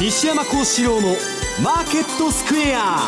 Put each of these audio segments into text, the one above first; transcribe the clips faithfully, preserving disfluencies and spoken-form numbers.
西山幸四郎のマーケットスクエア。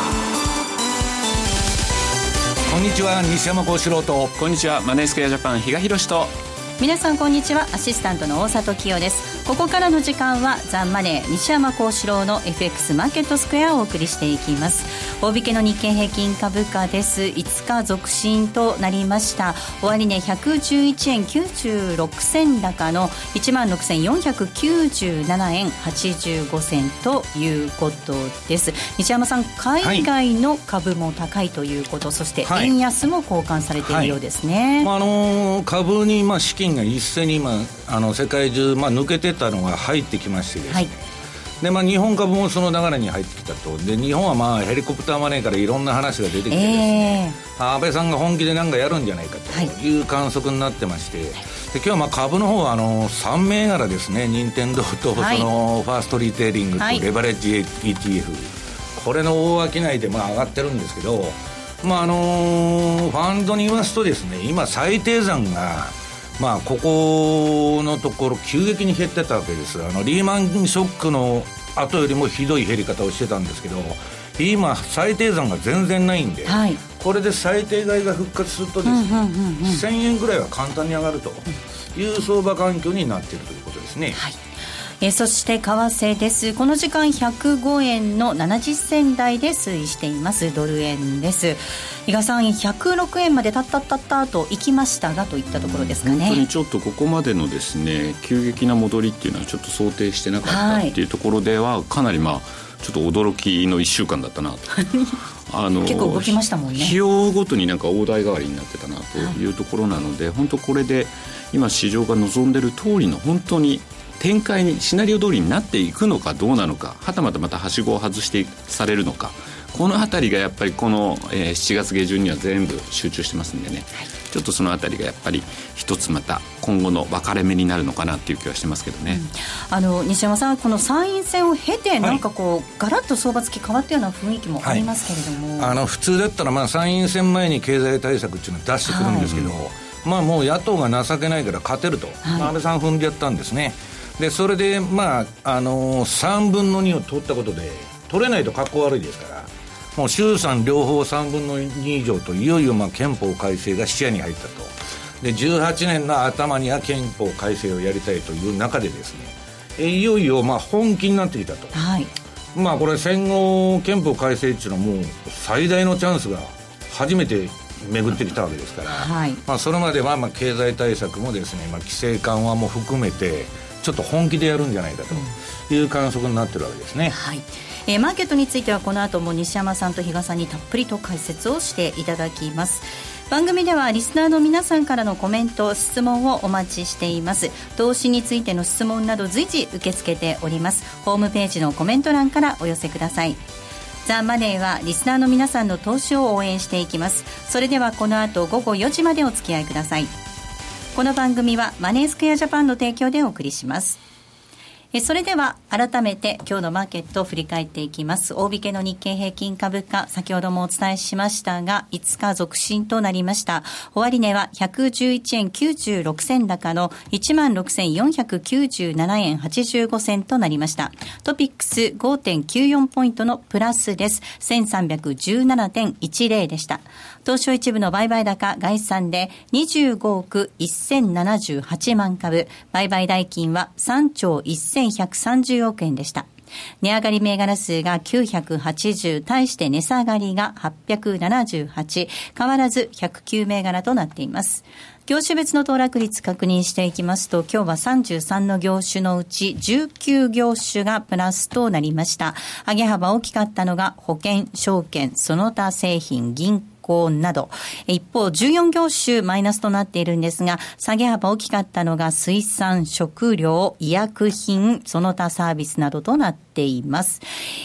こんにちは、西山幸四郎と。 こんにちは、マネースクエアジャパン比嘉宏と。 皆さんこんにちは、アシスタントの大里清です。ここからの時間はザンマネー西山幸四郎の エフエックス マーケットスクエアをお送りしていきます。大引けの日経平均株価です。いつか続伸となりました。終値ひゃくじゅういちえんきゅうじゅうろく銭高の いちまんろくせんよんひゃくきゅうじゅうななえんはちじゅうご銭ということです。西山さん、海外の株も高いということ、はい、そして円安も交換されているようですね。 はいはい、まああのー、株にまあ資金が一斉に今あの世界中、まあ、抜けてたのが入ってきましてですね、はい、でまあ、日本株もその流れに入ってきたと。で日本はまあヘリコプターマネーからいろんな話が出てきてですね、えー、安倍さんが本気で何かやるんじゃないかという観測になってまして、はい、で今日はまあ株の方はあのさん銘柄ですね、任天堂とそのファーストリテイリングとレバレッジ イーティーエフ、はい、これの大商いでまあ上がってるんですけど、まああのファンドに言いますとですね、今最低残がまあ、ここのところ急激に減ってたわけです。あのリーマンショックの後よりもひどい減り方をしてたんですけど、今最低残が全然ないんで、はい、これで最低買いが復活するとですね、うんうんうんうん、せんえんぐらいは簡単に上がるという相場環境になっているということですね。はい、 えそして為替です。この時間ひゃくごえんのななじゅっ銭台で推移しています。ドル円です。比嘉さん、ひゃくろくえんまでたったったったと行きましたがといったところですかね。 本当にちょっとここまでのですね急激な戻りっていうのはちょっと想定してなかったっていうところでは、はい、かなりまあちょっと驚きのいっしゅうかんだったなとあの結構動きましたもんね。 日曜ごとになんか大台代わりになってたなというところなので、はい、本当これで今市場が望んでる通りの本当に展開にシナリオ通りになっていくのかどうなのか、はたまたまたはしごを外してされるのか、このあたりがやっぱりこの、えー、しちがつ下旬には全部集中してますんでね、はい、ちょっとそのあたりがやっぱり一つまた今後の分かれ目になるのかなっていう気はしてますけどね。 うん、あの西山さん、この参院選を経てなんかこう、はい、ガラッと相場付き変わったような雰囲気もありますけれども、 はい、あの普通だったらまあ参院選前に経済対策っていうのを出してくるんですけど、はい、まあもう野党が情けないから勝てると、はい、まあ、安倍さん踏んでやったんですね。でそれで、まああのー、さんぶんのにを取ったことで取れないと格好悪いですから、もう衆参両方さんぶんのに以上といよいよまあ憲法改正が視野に入ったと。でじゅうはちねんの頭には憲法改正をやりたいという中でですね、えいよいよまあ本気になってきたと、はい、まあこれ戦後憲法改正っていうのはもう最大のチャンスが初めて巡ってきたわけですから、はい、まあ、それまではまあ経済対策もですね、まあ、規制緩和も含めてちょっと本気でやるんじゃないかという観測になっているわけですね。 はい、えー、マーケットについてはこの後も西山さんと比嘉さんにたっぷりと解説をしていただきます。番組ではリスナーの皆さんからのコメント質問をお待ちしています。投資についての質問など随時受け付けております。ホームページのコメント欄からお寄せください。ザ・マネーはリスナーの皆さんの投資を応援していきます。それではこの後午後よじまでお付き合いください。この番組はマネースクエアジャパンの提供でお送りします。えそれでは改めて今日のマーケットを振り返っていきます。大引けの日経平均株価、先ほどもお伝えしましたがいつか続伸となりました。終値はひゃくじゅういちえんきゅうじゅうろく銭高の いちまんろくせんよんひゃくきゅうじゅうななえんはちじゅうご銭となりました。トピックス ごてんきゅうよん ポイントのプラスです。せんさんびゃくじゅうななてんいちゼロでした。東証一部の売買高概算でにじゅうごおくせんななじゅうはちまん株、売買代金はさんちょうせんひゃくさんじゅうおくえんでした。値上がり銘柄数がきゅうひゃくはちじゅう、対して値下がりがはっぴゃくななじゅうはち、変わらずひゃくきゅう銘柄となっています。業種別の騰落率確認していきますと、今日はさんじゅうさんの業種のうちじゅうきゅう業種がプラスとなりました。上げ幅大きかったのが保険、証券、その他製品、銀行など、一方じゅうよん業種マイナスとなっているんですが、下げ幅大きかったのが水産、食料、医薬品、その他サービスなどとなっています。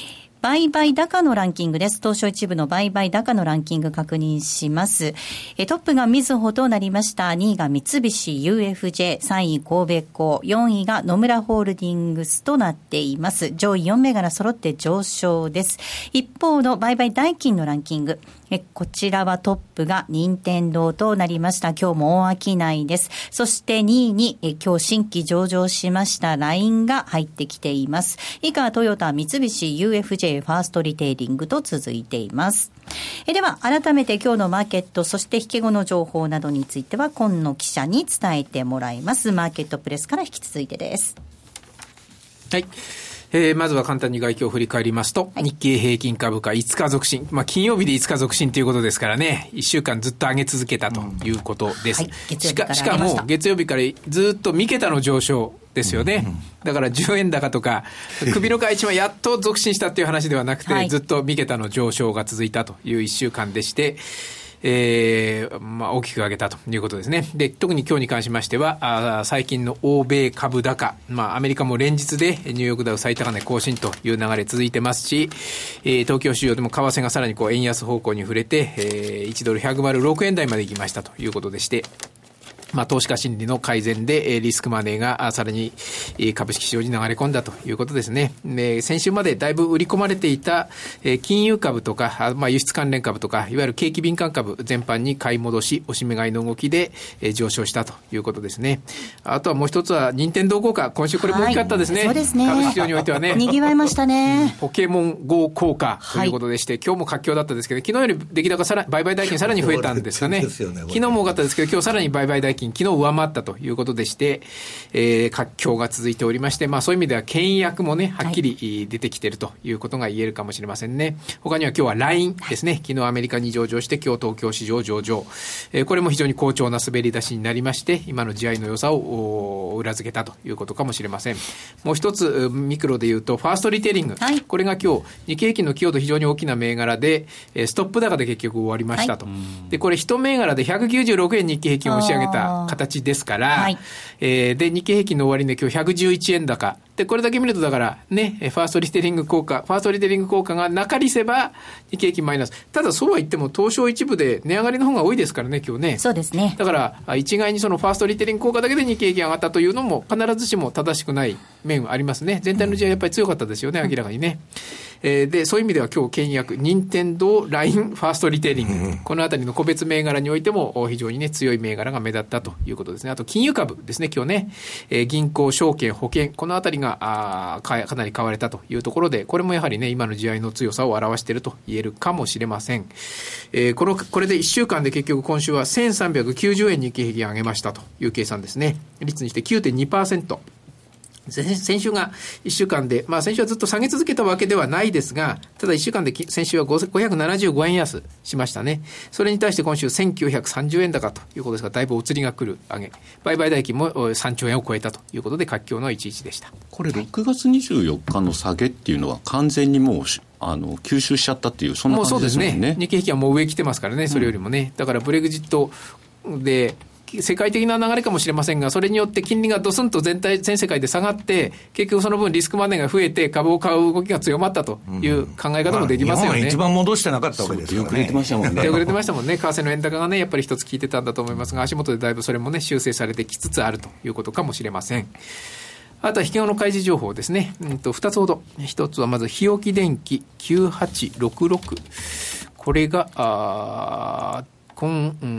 売買高のランキングです。東証一部の売買高のランキング確認します。えトップがみずほとなりました。にいが三菱 ユーエフジェー、さんい神戸港、よんいが野村ホールディングスとなっています。上位よん銘柄揃って上昇です。一方の売買代金のランキング、えこちらはトップが任天堂となりました。今日も大商いです。そしてにいにえ今日新規上場しました ライン が入ってきています。以下トヨタ、三菱 ユーエフジェー、ファーストリテイリングと続いています。えでは改めて今日のマーケット、そして引け後の情報などについては今野記者に伝えてもらいます。マーケットプレスから引き続いてです。 はい、えー、まずは簡単に外況を振り返りますと、はい、日経平均株価いつか続伸、まあ、金曜日でいつか続伸ということですからね、いっしゅうかんずっと上げ続けたということです、うんはい、しか、しかも月曜日からずっと三桁の上昇ですよね、うんうん、だからじゅうえん高とか首の買い一枚やっと続伸したっていう話ではなくて、はい、ずっと三桁の上昇が続いたといういっしゅうかんでして、えーまあ、大きく上げたということですね。で、特に今日に関しましてはあ最近の欧米株高、まあ、アメリカも連日でニューヨークダウ最高値更新という流れ続いてますし、えー、東京市場でも為替がさらにこう円安方向に触れて、えー、いちドルひゃくろくえん台まで行きましたということでして、まあ、投資家心理の改善でリスクマネーがさらに株式市場に流れ込んだということですね。で、先週までだいぶ売り込まれていた金融株とか、まあ、輸出関連株とかいわゆる景気敏感株全般に買い戻し押し目買いの動きで上昇したということですね。あとはもう一つは任天堂効果、今週これも大きかったですね、はい、そうですね、株式市場においてはねにぎわいましたね。 ポケモン ゴー 効果ということでして、はい、今日も活況だったですけど、昨日より出来高さら売買代金さらに増えたんですかね。昨日も多かったですけど今日さらに売買代金昨日上回ったということでして、えー、活況が続いておりまして、まあ、そういう意味では倹約もねはっきり出てきているということが言えるかもしれませんね。他には今日は ライン ですね。昨日アメリカに上場して今日東京市場上場、えー、これも非常に好調な滑り出しになりまして、今の地合いの良さを裏付けたということかもしれません。もう一つミクロで言うとファーストリテイリング、はい、これが今日日経平均の寄与度非常に大きな銘柄でストップ高で結局終わりましたと、はい、でこれ一銘柄でひゃくきゅうじゅうろくえん日経平均を押し上げた形ですから、はい、えー、で日経平均の終値今日ひゃくじゅういちえん高で、これだけ見るとだからね、ファーストリテイリング効果ファーストリテイリング効果がなかりせば日経平均マイナス。ただそうは言っても東証一部で値上がりの方が多いですからね今日ね。 そうですね。 だから一概にそのファーストリテイリング効果だけで日経平均上がったというのも必ずしも正しくない面ありますね。全体の地合いやっぱり強かったですよね、明らかにね。えー、でそういう意味では今日倹約任天堂 ライン ファーストリテイリング、うん、このあたりの個別銘柄においても非常にね強い銘柄が目立ったということですね。あと金融株ですね。今日ね、えー、銀行証券保険このあたりがあか, かなり買われたというところで、これもやはりね今の地合いの強さを表していると言えるかもしれません。えー、このこれでいっしゅうかんで結局今週はせんさんびゃくきゅうじゅうえん日経平均上げましたという計算ですね。率にして きゅうてんにパーセント。先週がいっしゅうかんで、まあ先週はずっと下げ続けたわけではないですが、ただいっしゅうかんで先週はごひゃくななじゅうごえん安しましたね。それに対して今週せんきゅうひゃくさんじゅうえん高ということですが、だいぶお釣りが来る上げ。売買代金もさんちょうえんを超えたということで活況のいちにちでした。 これろくがつにじゅうよっかの下げっていうのは完全にもうあの吸収しちゃったっていうそんな感じですね。もうそうですね。 日経平均はもう上来てますからね、それよりもね。だからブレグジットで世界的な流れかもしれませんが、それによって金利がドスンと全体全世界で下がって結局その分リスクマネーが増えて株を買う動きが強まったという考え方もできますよね、うんまあ、日本は一番戻してなかったわけですからね。 手遅れてましたもんね手遅れてましたもんね。為替の円高がねやっぱり一つ効いてたんだと思いますが、足元でだいぶそれもね修正されてきつつあるということかもしれません。あとは引け後の開示情報ですね、うん、とふたつほど。一つはまず日置電機きゅうはちろくろく、これがあ今、うん、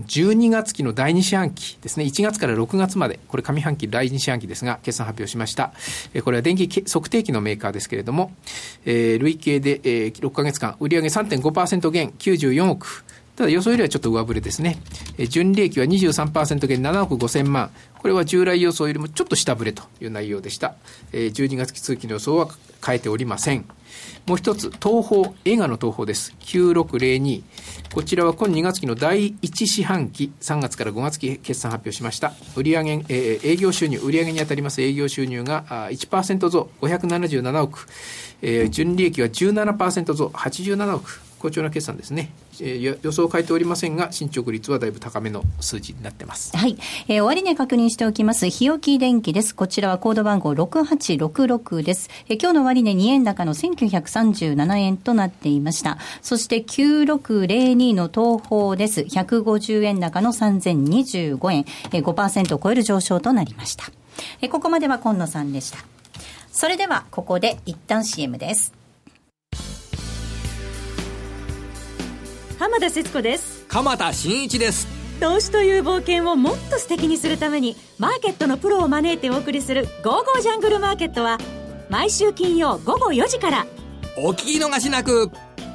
じゅうにがつ期のだいに四半期ですね。いちがつからろくがつまで、これ上半期だいに四半期ですが決算発表しました。えこれは電気測定器のメーカーですけれども、えー、累計で、えー、ろっかげつかん売上 さんてんごパーセント 減きゅうじゅうよんおく。ただ予想よりはちょっと上振れですね。えー、純利益は にじゅうさんパーセント 減ななおくごせんまん。これは従来予想よりもちょっと下振れという内容でした。えー、じゅうにがつ期通期の予想は変えておりません。もう一つ東宝、映画の東宝です。きゅうろくぜろに、こちらは今にがつ期のだいいち四半期さんがつからごがつ期決算発表しました。売上、えー、営業収入売上にあたります営業収入が いちパーセント 増ごひゃくななじゅうななおく、えー、純利益は じゅうななパーセント 増はちじゅうななおく、 好調な決算ですね、えー、予想を変えておりませんが進捗率はだいぶ高めの数字になってます。 はい、えー、終値確認しておきます。日置電機です。こちらはコード番号ろくはちろくろくです。えー、今日の終値にえん高のせんきゅうひゃくさんじゅうななえんとなっていました。そしてきゅうろくぜろにの東宝です。ひゃくごじゅうえん高のさんぜんにじゅうごえん、えー、ごパーセント を超える上昇となりました。えー、ここまでは今野さんでした。それではここで一旦 シーエム です。 浜田節子です。 鎌田新一です。 投資という冒険をもっと素敵にするためにマーケットのプロを招いてお送りするゴーゴージャングルマーケットは毎週金曜午後よじから。 お聞き逃しなく。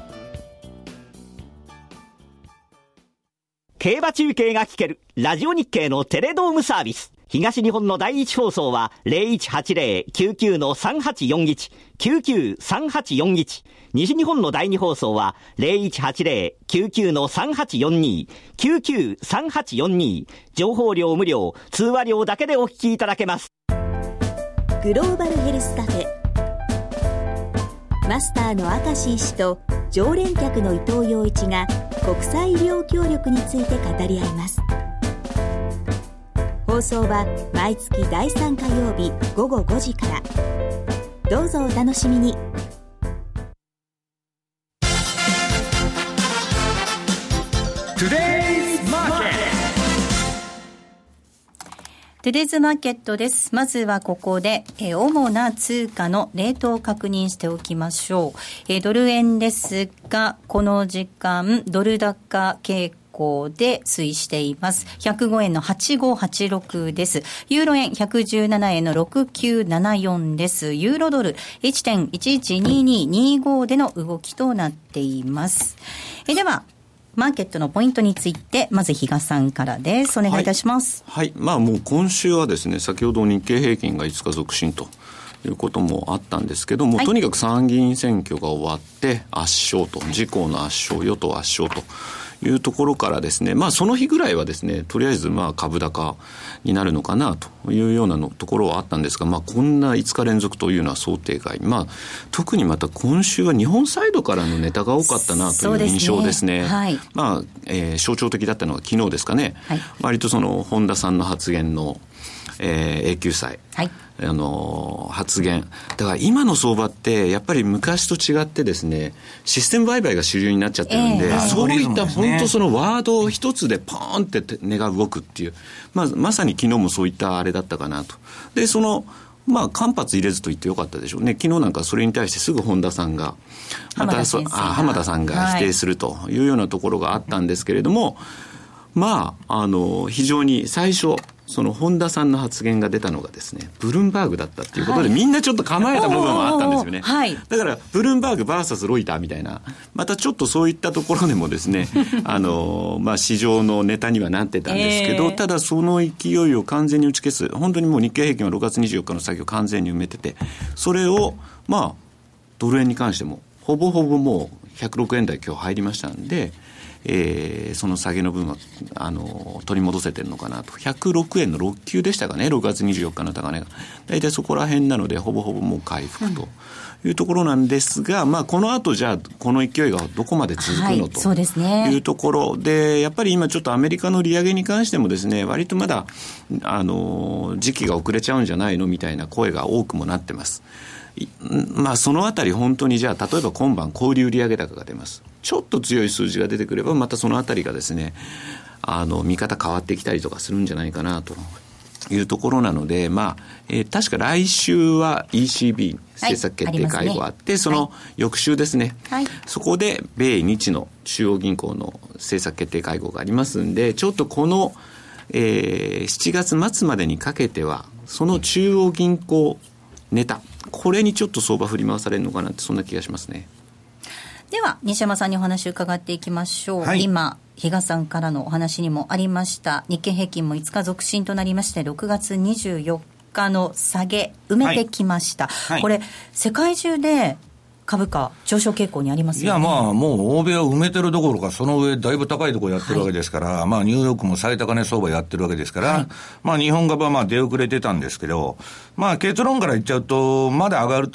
競馬中継が聞けるラジオ日経のテレドームサービス。東日本の第一放送は ゼロいちはちゼロ きゅうきゅう さんはちよんいち きゅうきゅう さんはちよんいち、西日本の第二放送は ゼロいちはちゼロ きゅうきゅう さんはちよんに きゅうきゅう さんはちよんに、情報量無料、通話料だけでお聞きいただけます。 グローバルヘルスカフェ、マスターの明石医師と常連客の伊藤洋一が国際医療協力について語り合います。放送は毎月だいさん火曜日午後ごじから。どうぞお楽しみに。 トゥデイズマーケット。トゥデイズマーケットです。まずはここで、えー、主な通貨のレートを確認しておきましょう。えー、ドル円ですが、この時間ドル高傾向で推移しています。ひゃくごえんのはちごはちろくです。ユーロ円ひゃくじゅうななえんのろくきゅうななよんです。ユーロドル いってんいちいちにににご での動きとなっています。えではマーケットのポイントについてまず比嘉さんからです。お願いいたします。 はい、はい、まあもう今週はですね、先ほど日経平均がいつか続伸ということもあったんですけども、はい、とにかく参議院選挙が終わって圧勝と、自公の圧勝、与党圧勝というところからですね、まあその日ぐらいはですね、とりあえずまあ株高になるのかなというようなのところはあったんですが、まあこんないつか連続というのは想定外。まあ特にまた今週は日本サイドからのネタが多かったなという印象ですね。 そうですね。はい、まあ、えー、象徴的だったのが昨日ですかね。はい、割とその本田さんの発言の、えー、永久債。はい、あの発言だから今の相場ってやっぱり昔と違ってですね、システム売買が主流になっちゃってるんで、えー、そういった本当そのワード一つでポーンって値が動くっていう、まあ、まさに昨日もそういったあれだったかなと。でそのまあ間髪入れずと言ってよかったでしょうね。昨日なんかそれに対してすぐ本田さんがまたそあ浜田さんが否定するというようなところがあったんですけれども、はい、まああの非常に最初その本田さんの発言が出たのがですね、ブルームバーグだったっていうことで、はい、みんなちょっと構えた部分はあったんですよね。はい、だからブルームバーグ ブイエス ロイターみたいな、またちょっとそういったところでもですねあの、まあ、市場のネタにはなってたんですけど、えー、ただその勢いを完全に打ち消す、本当にもう日経平均はろくがつにじゅうよっかの先を完全に埋めてて、それをまあドル円に関してもほぼほぼもうひゃくろくえん台今日入りましたんで、えー、その下げの分はあの取り戻せてるのかなと。ひゃくろくえんのろっきゅうでしたかね、ろくがつにじゅうよっかの高値がだいたいそこら辺なので、ほぼほぼもう回復というところなんですが、うん、まあこの後じゃあこの勢いがどこまで続くの、はい、とそうですね、いうところで、やっぱり今ちょっとアメリカの利上げに関してもですね、割とまだあの時期が遅れちゃうんじゃないのみたいな声が多くもなってます。まあそのあたり本当にじゃあ例えば今晩小売売上高が出ます。ちょっと強い数字が出てくればまたそのあたりがですね、あの見方変わってきたりとかするんじゃないかなというところなので、まあ、えー、確か来週は イーシービー 政策決定会合があって、はい、その翌週ですね、はい、そこで米日の中央銀行の政策決定会合がありますんで、ちょっとこの、えー、しちがつ末までにかけてはその中央銀行ネタ、これにちょっと相場振り回されるのかなって、そんな気がしますね。 では西山さんにお話を伺っていきましょう。はい、今比嘉さんからのお話にもありました日経平均もいつか続伸となりまして、ろくがつにじゅうよっかの下げ埋めてきました。はいはい、これ世界中で株価上昇傾向にありますよね。 いやまあもう欧米は埋めてるどころかその上だいぶ高いところやってるわけですから、はい、まあニューヨークも最高値相場やってるわけですから、はい、まあ日本株はまあ出遅れてたんですけど、まあ結論から言っちゃうとまだ上がると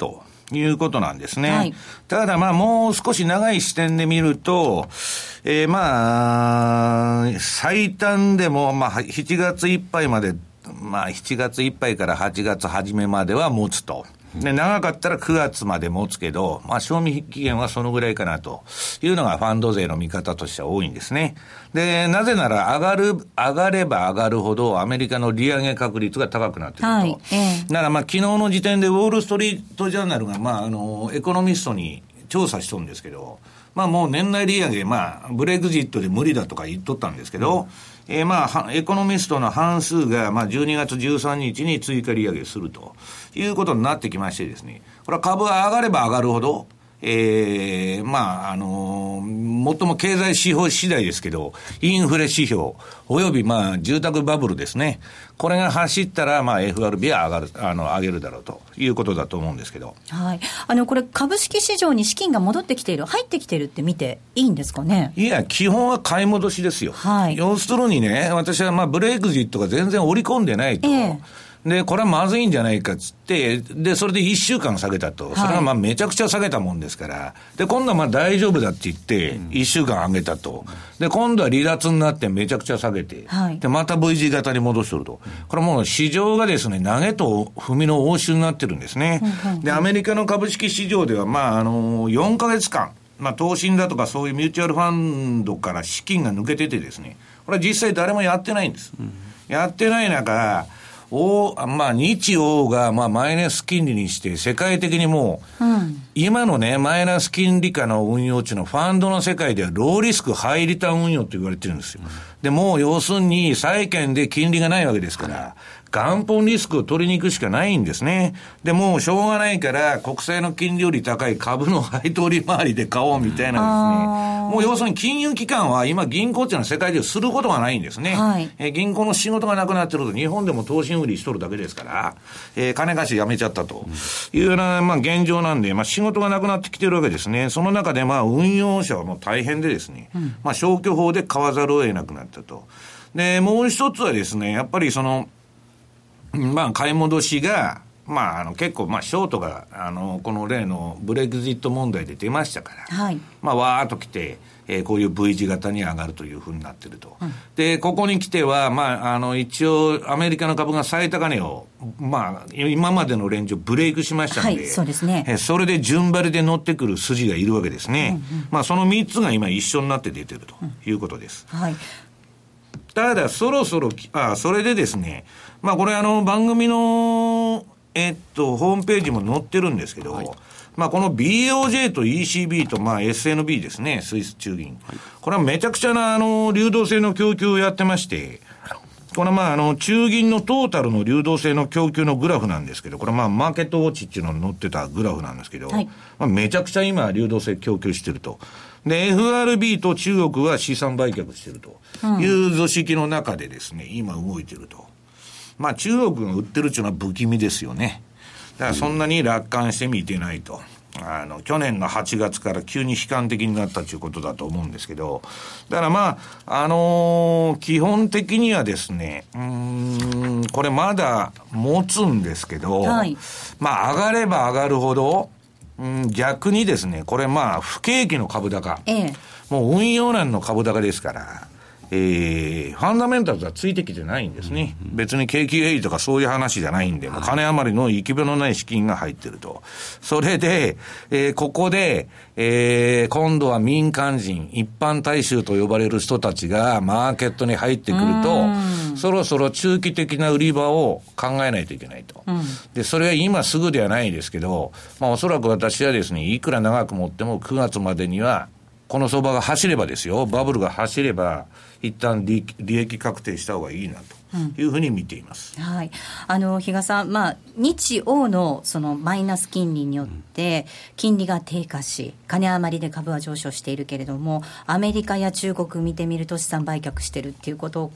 いうことなんですね。 はい、 ただまあもう少し長い視点で見ると、えー、まあ、最短でもまあしちがついっぱいまで、まあしちがついっぱいからはちがつ初めまでは持つと。で、長かったらくがつまで持つけど、まあ、賞味期限はそのぐらいかなというのがファンド勢の見方としては多いんですね。で、なぜなら上がる、上がれば上がるほどアメリカの利上げ確率が高くなってくると。はい、ええ、だからまあ、昨日の時点でウォールストリートジャーナルが、まあ、あの、エコノミストに調査しとるんですけど、まあもう年内利上げ、まあ、ブレグジットで無理だとか言っとったんですけど、うん、えー、まあ、エコノミストの半数が、まあ、じゅうにがつじゅうさんにちに追加利上げするということになってきましてですね、これは株が上がれば上がるほど、えー、まあ、あのー、最も経済指標次第ですけど、インフレ指標、およびまあ、住宅バブルですね。これが走ったら、まあ、エフアールビー は上がる、あの、上げるだろうということだと思うんですけど。 はい。あの、これ、株式市場に資金が戻ってきている、入ってきているって見ていいんですかね。 いや、基本は買い戻しですよ。はい。要するにね、私はまあ、ブレイクジットが全然織り込んでないと。ええ、で、これはまずいんじゃないかっつって、で、それでいっしゅうかん下げたと。それはまあめちゃくちゃ下げたもんですから。で、今度はまあ大丈夫だって言って、いっしゅうかん上げたと。で、今度は離脱になってめちゃくちゃ下げて。はい、で、また V 字型に戻してると。これもう市場がですね、投げと踏みの応酬になってるんですね。で、アメリカの株式市場ではまあ、あの、よんかげつかん、まあ、投信だとかそういうミューチュアルファンドから資金が抜けててですね、これは実際誰もやってないんです。うん、やってない中、おまあ、日欧がまあマイナス金利にして世界的にもう、うん、今のねマイナス金利下の運用中のファンドの世界ではローリスクハイリターン運用って言われてるんですよ。うん、でもう要するに債券で金利がないわけですから、元本リスクを取りに行くしかないんですね。でもうしょうがないから国債の金利より高い株の配当利回りで買おうみたいなですね。もう要するに金融機関は今銀行っていうのは世界中することがないんですね。はい、え銀行の仕事がなくなってると日本でも投信売りしとるだけですから、えー、金貸しやめちゃったというような、まあ、現状なんで、まあ、仕事がなくなってきてるわけですね。その中でまあ運用者はもう大変でですね、うん、まあ、消去法で買わざるを得なくなったと。でもう一つはですね、やっぱりそのまあ、買い戻しが、まあ、あの結構、まあ、ショートがあのこの例のブレグジット問題で出ましたから、はい、まあ、わーっと来て、えー、こういう V 字型に上がるというふうになってると、うん、でここに来ては、まあ、あの一応アメリカの株が最高値を、まあ、今までのレンジをブレイクしましたので、はい、そうですね、えー、それで順張りで乗ってくる筋がいるわけですね。うんうん、まあ、そのみっつが今一緒になって出てるということです。うん、はい、ただそろそろあそれでですね、まあこれあの番組のえっとホームページも載ってるんですけど、はい、まあこの ビーオージェー と イーシービー とまあ エスエヌビー ですね、スイス中銀、はい、これはめちゃくちゃなあの流動性の供給をやってまして、これはまああの中銀のトータルの流動性の供給のグラフなんですけど、これはまあマーケットウォッチっていうのに載ってたグラフなんですけど、はい、まあ、めちゃくちゃ今流動性供給してると。で エフアールビー と中国は資産売却してるという図式の中でですね、今動いてると。まあ中国が売ってるっていうのは不気味ですよね。だからそんなに楽観して見てないと。あの去年のはちがつから急に悲観的になったということだと思うんですけど、だからまああのー、基本的にはですね、うーんこれまだ持つんですけど、はい、まあ上がれば上がるほど、うん、逆にですね、これまあ不景気の株高、ええ、もう運用難の株高ですから、えー、ファンダメンタルズはついてきてないんですね。うんうん、別に景気がいいとかそういう話じゃないんで、もう金余りの行き場のない資金が入ってると。それで、えー、ここで、えー、今度は民間人、一般大衆と呼ばれる人たちがマーケットに入ってくると、そろそろ中期的な売り場を考えないといけないと。うん、で、それは今すぐではないですけど、まあおそらく私はですね、いくら長く持ってもくがつまでには、この相場が走ればですよ、バブルが走れば、一旦利益確定した方がいいなというふうに見ています。 うん、はい、あの比嘉さん、まあ、日欧のそのマイナス金利によって金利が低下し、金余りで株は上昇しているけれども、アメリカや中国見てみると資産売却しているっていうこと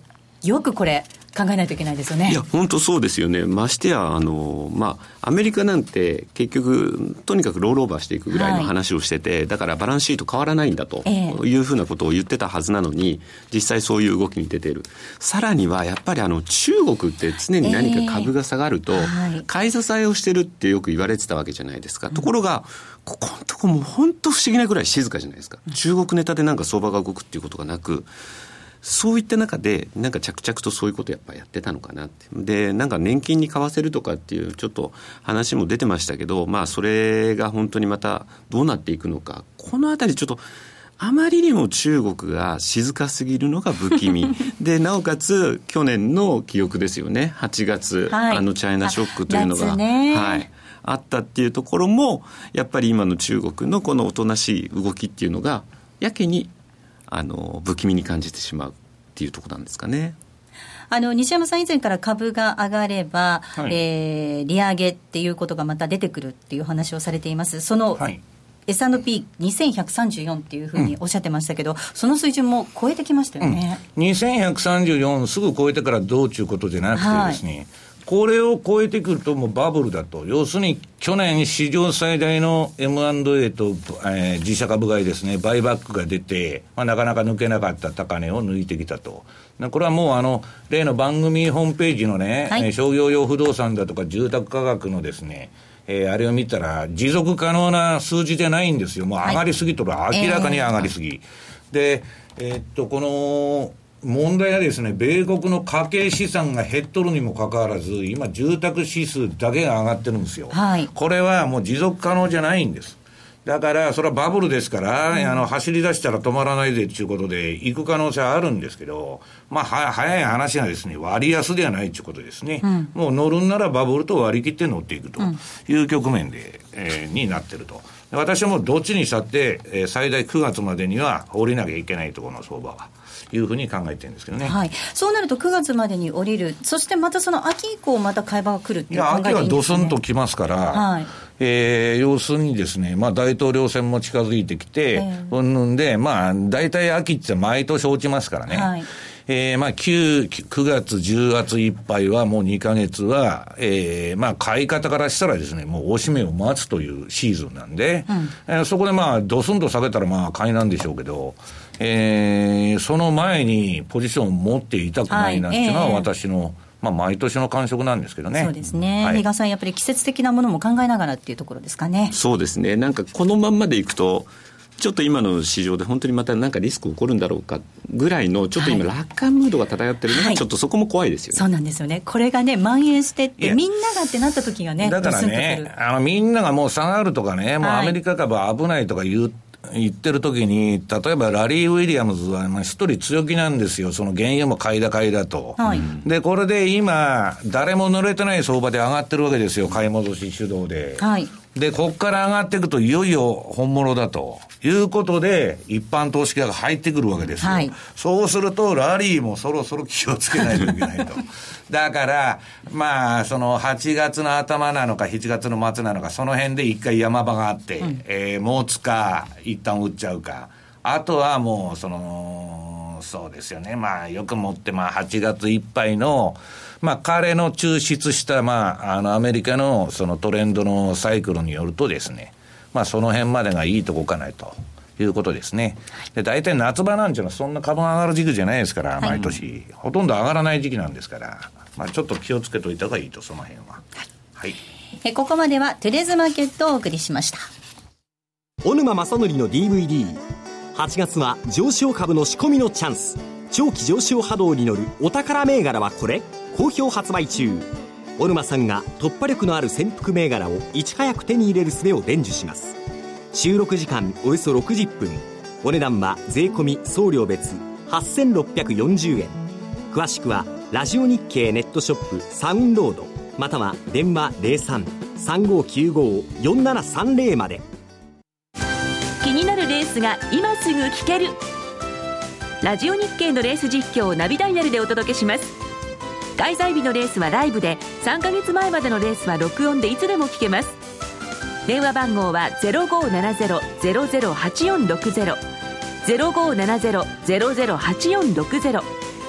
よくこれ考えないといけないですよね。 いや本当そうですよね。ましてやあの、まあ、アメリカなんて結局とにかくロールオーバーしていくぐらいの話をしてて、はい、だからバランスシート変わらないんだというふうなことを言ってたはずなのに、実際そういう動きに出ている。さらにはやっぱりあの中国って常に何か株が下がると、えーはい、買い支えをしてるってよく言われてたわけじゃないですか。ところがここのとこもう本当不思議なぐらい静かじゃないですか。中国ネタでなんか相場が動くっていうことがなく、そういった中でなんか着々とそういうことやっぱやってたのかなって。でなんか年金に買わせるとかっていうちょっと話も出てましたけど、まあそれが本当にまたどうなっていくのか、このあたりちょっとあまりにも中国が静かすぎるのが不気味で、なおかつ去年の記憶ですよね、はちがつ、はい、あのチャイナショックというのが、はい、あったっていうところもやっぱり今の中国のこのおとなしい動きっていうのがやけにあの不気味に感じてしまうっていうところなんですかね。 あの西山さん以前から株が上がれば、はい、えー、利上げっていうことがまた出てくるっていう話をされています。その、はい、エスアンドピーにせんひゃくさんじゅうよん っていうふうにおっしゃってましたけど、うん、その水準も超えてきましたよね、 うん、にせんひゃくさんじゅうよんすぐ超えてからどうということじゃなくてですね、はい、これを超えてくるともうバブルだと。要するに去年史上最大の エムアンドエー と、えー、自社株買いですね、バイバックが出て、まあ、なかなか抜けなかった高値を抜いてきたと。これはもうあの例の番組ホームページのね、はい、商業用不動産だとか住宅価格のですね、えー、あれを見たら持続可能な数字じゃないんですよ。もう上がりすぎとる、はい、明らかに上がりすぎ、えー、で、えー、っとこの問題はですね、米国の家計資産が減っとるにもかかわらず今住宅指数だけが上がってるんですよ、はい、これはもう持続可能じゃないんです。だからそれはバブルですから、うん、あの走り出したら止まらないでっていうことで行く可能性はあるんですけど、まあは早い話がですね、割安ではないということですね、うん、もう乗るんならバブルと割り切って乗っていくという局面で、うん、えー、になってると。私はもうどっちにしたって、えー、最大くがつまでには降りなきゃいけないところの相場はいうふうに考えてるんですけどね、 はい、そうなるとくがつまでに降りる、そしてまたその秋以降また買い場が来るっていう考えでいいんですかね。いや、秋はドスンと来ますから、はい、えー、要するにですね、まあ、大統領選も近づいてきて、うんぬんで、まあ、大体秋って毎年落ちますからね、はい、えー、まあ9、くがつ、じゅうがついっぱいはもうにかげつは、えー、まあ買い方からしたらですね、もうおしめを待つというシーズンなんで、うん、えー、そこでまあドスンと下げたらまあ買いなんでしょうけど、えー、その前にポジションを持っていたくないなっていうのは私の、はい、えーまあ、毎年の感触なんですけどね。そうですね、はい、比嘉さんやっぱり季節的なものも考えながらっていうところですかね。 そうですね、なんかこのまんまでいくとちょっと今の市場で本当にまたなんかリスク起こるんだろうかぐらいのちょっと今楽観ムードが漂ってるのがちょっとそこも怖いですよね、 はい、そうなんですよね。これがね蔓延してってみんながってなった時がね、 だからね、あのみんながもう下がるとかね、もうアメリカ株危ないとか言う言ってる時に、例えばラリー・ウィリアムズは一人強気なんですよ。その原油も買いだ買いだと、はい、でこれで今誰も乗れてない相場で上がってるわけですよ、買い戻し主導で、はい、でこっから上がっていくといよいよ本物だということで一般投資家が入ってくるわけですよ、はい、そうするとラリーもそろそろ気をつけないといけないとだからまあそのはちがつの頭なのかしちがつの末なのか、その辺で一回山場があって、うん、えー、持つか一旦売っちゃうか、あとはもうそのそうですよね、まあよく持ってまあはちがついっぱいのまあ彼の抽出したまああのアメリカのそのトレンドのサイクルによるとですね、まあその辺までがいいとこかないということですね。で大体夏場なんていうのはそんな株が上がる時期じゃないですから、毎年、はい、ほとんど上がらない時期なんですから、まあ、ちょっと気をつけといた方がいいと、その辺は、はいはい、 えここまではトゥデイズマーケットをお送りしました。 小沼正則の ディーブイディー、 はちがつは上昇株の仕込みのチャンス、長期上昇波動に乗るお宝銘柄はこれ好評発売中。小沼さんが突破力のある潜伏銘柄をいち早く手に入れる術を伝授します。収録時間およそろくじゅっぷん、お値段は税込み送料別はっせんろっぴゃくよんじゅうえん。詳しくはラジオ日経ネットショップサウンロードまたは電話 ゼロさん さんごきゅうご よんななさんゼロ まで。 気になるレースが今すぐ聞ける。ラジオ日経のレース実況をナビダイヤルでお届けします。開催日のレースはライブで、さんかげつまえまでのレースは録音でいつでも聞けます。電話番号は ゼロごーななゼロ ゼロゼロはちよんろくゼロ ゼロごーななゼロ ゼロゼロはちよんろくゼロ。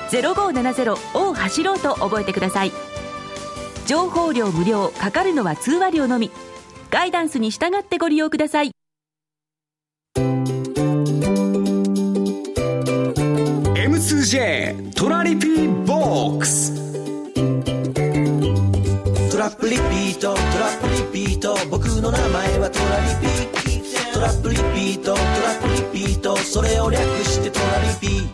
ゼロごーななゼロを走ろうと覚えてください。情報料無料、かかるのは通話料のみ。ガイダンスに従ってご利用ください。 エムツージェー トラリピーボックス。 トラップリピート、トラップリピート、僕の名前はトラリピ。トラップリピート、トラップリピート、それを略してトラリピ。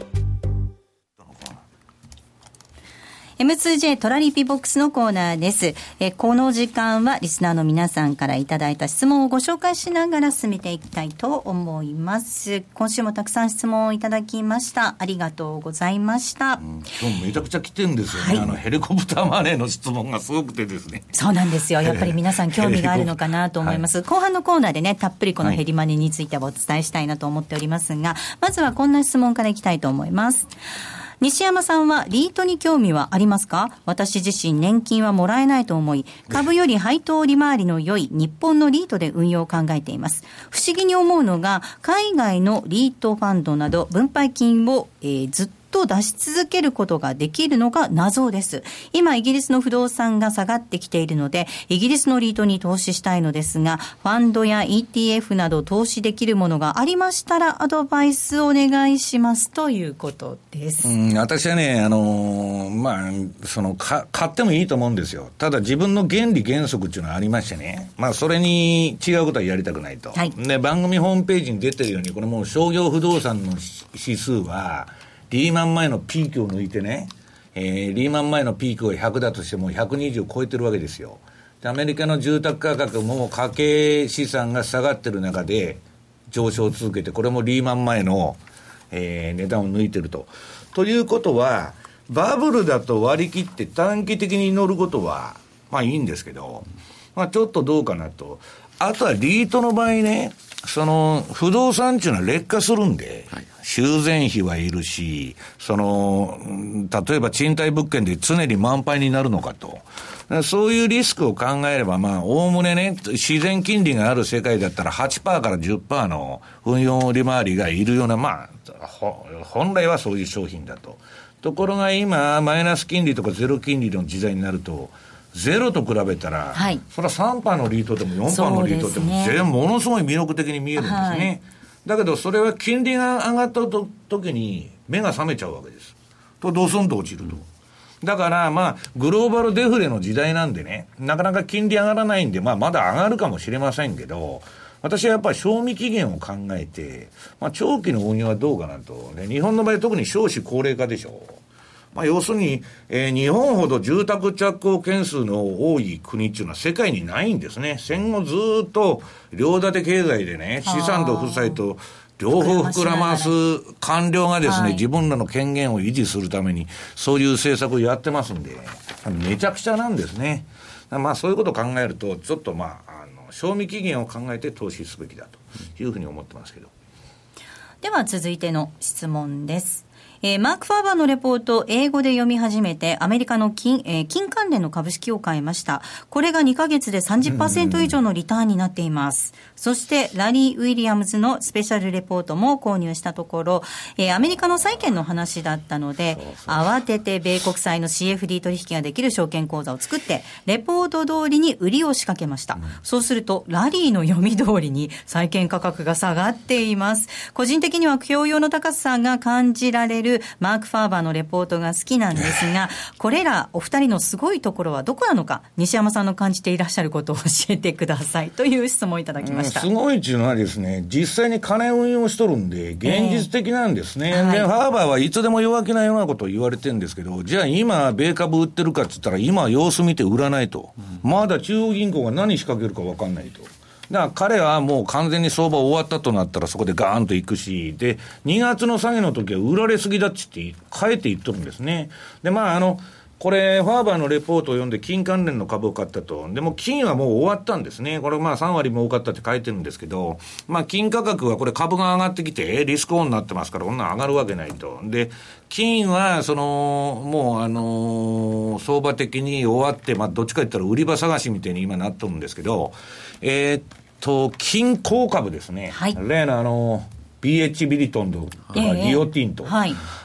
エムツージェー トラリピボックスのコーナーです。えこの時間はリスナーの皆さんからいただいた質問をご紹介しながら進めていきたいと思います。今週もたくさん質問をいただきました。ありがとうございました。 うん、今日めちゃくちゃ来てるんですよね、はい、あのヘリコプターマネーの質問がすごくてですね。 そうなんですよ。やっぱり皆さん興味があるのかなと思います、はい、後半のコーナーでねたっぷりこのヘリマネについてはお伝えしたいなと思っておりますが、まずはこんな質問からいきたいと思います。西山さんはリートに興味はありますか？私自身年金はもらえないと思い、株より配当利回りの良い日本のリートで運用を考えています。不思議に思うのが、海外のリートファンドなど分配金を、えー、ずっとと出し続けることができるのが謎です。今イギリスの不動産が下がってきているので、イギリスのリートに投資したいのですが、ファンドや イーティーエフ など投資できるものがありましたらアドバイスお願いしますということです。 うん、私はね、あのー、まあそのか買ってもいいと思うんですよ。ただ自分の原理原則っていうのはありましてね、まあそれに違うことはやりたくないと、はい、で番組ホームページに出てるように、これもう商業不動産の指数はリーマン前のピークを抜いてね、えー、リーマン前のピークがひゃくだとしてもひゃくにじゅうを超えてるわけですよ。でアメリカの住宅価格も家計資産が下がってる中で上昇を続けて、これもリーマン前の、えー、値段を抜いてると。ということは、バブルだと割り切って短期的に乗ることはまあいいんですけど、まあちょっとどうかなと。あとはリートの場合ね、その不動産っていうのは劣化するんで、はい、修繕費はいるし、その例えば賃貸物件で常に満杯になるのかと、そういうリスクを考えれば、まあおおむねね、自然金利がある世界だったら はちパーセント から じゅっパーセント の運用利回りがいるような、まあ本来はそういう商品だと。ところが今マイナス金利とかゼロ金利の時代になると、ゼロと比べたら、はい、それは さんパーセント のリートでも よんパーセント のリートでも全然ものすごい魅力的に見えるんですね、はい、だけどそれは金利が上がったと時に目が覚めちゃうわけですと、ドスンと落ちると。だからまあグローバルデフレの時代なんでね、なかなか金利上がらないんで、まあまだ上がるかもしれませんけど、私はやっぱり賞味期限を考えて、まあ長期の運用はどうかなと、ね、日本の場合特に少子高齢化でしょ。まあ、要するに、えー、日本ほど住宅着工件数の多い国っていうのは世界にないんですね。戦後ずっと両立て経済でね、資産と負債と両方膨らます官僚がですね、はい、自分らの権限を維持するためにそういう政策をやってますんで、めちゃくちゃなんですね。まあそういうことを考えると、ちょっとまあ、あの賞味期限を考えて投資すべきだというふうに思ってますけど。 では続いての質問です。えー、マーク・ファーバーのレポートを英語で読み始めて、アメリカの金、えー、金関連の株式を買いました。これがにかげつで さんじゅっパーセント 以上のリターンになっています。そしてラリー・ウィリアムズのスペシャルレポートも購入したところ、えー、アメリカの債券の話だったので、そうそうそう、慌てて米国債の シーエフディー 取引ができる証券口座を作ってレポート通りに売りを仕掛けました、うん、そうするとラリーの読み通りに債券価格が下がっています。個人的には教養の高さが感じられるマーク・ファーバーのレポートが好きなんですが、これらお二人のすごいところはどこなのか、西山さんの感じていらっしゃることを教えてくださいという質問をいただきました。 うん、すごいっていうのはですね、実際に金運用しとるんで現実的なんですね、えーはい、でファーバーはいつでも弱気なようなことを言われてるんですけど、じゃあ今米株売ってるかって言ったら今様子見て売らないと、うん、まだ中央銀行が何仕掛けるか分かんないと。だから彼はもう完全に相場終わったとなったらそこでガーンと行くし、でにがつの下げの時は売られすぎだって言って変えていっとるんですね。でまああのこれファーバーのレポートを読んで金関連の株を買ったと。でも金はもう終わったんですね。これまあさんわり儲かったって書いてるんですけど、まあ金価格はこれ株が上がってきてリスクオンになってますから、こんな上がるわけないと。で金はそのもうあの相場的に終わって、まあどっちか言ったら売り場探しみたいに今なっとるんですけど、えー、っと金鉱株ですね、はい、例のあの ビーエイチ ビリトンとかディオティンと、 えーはい、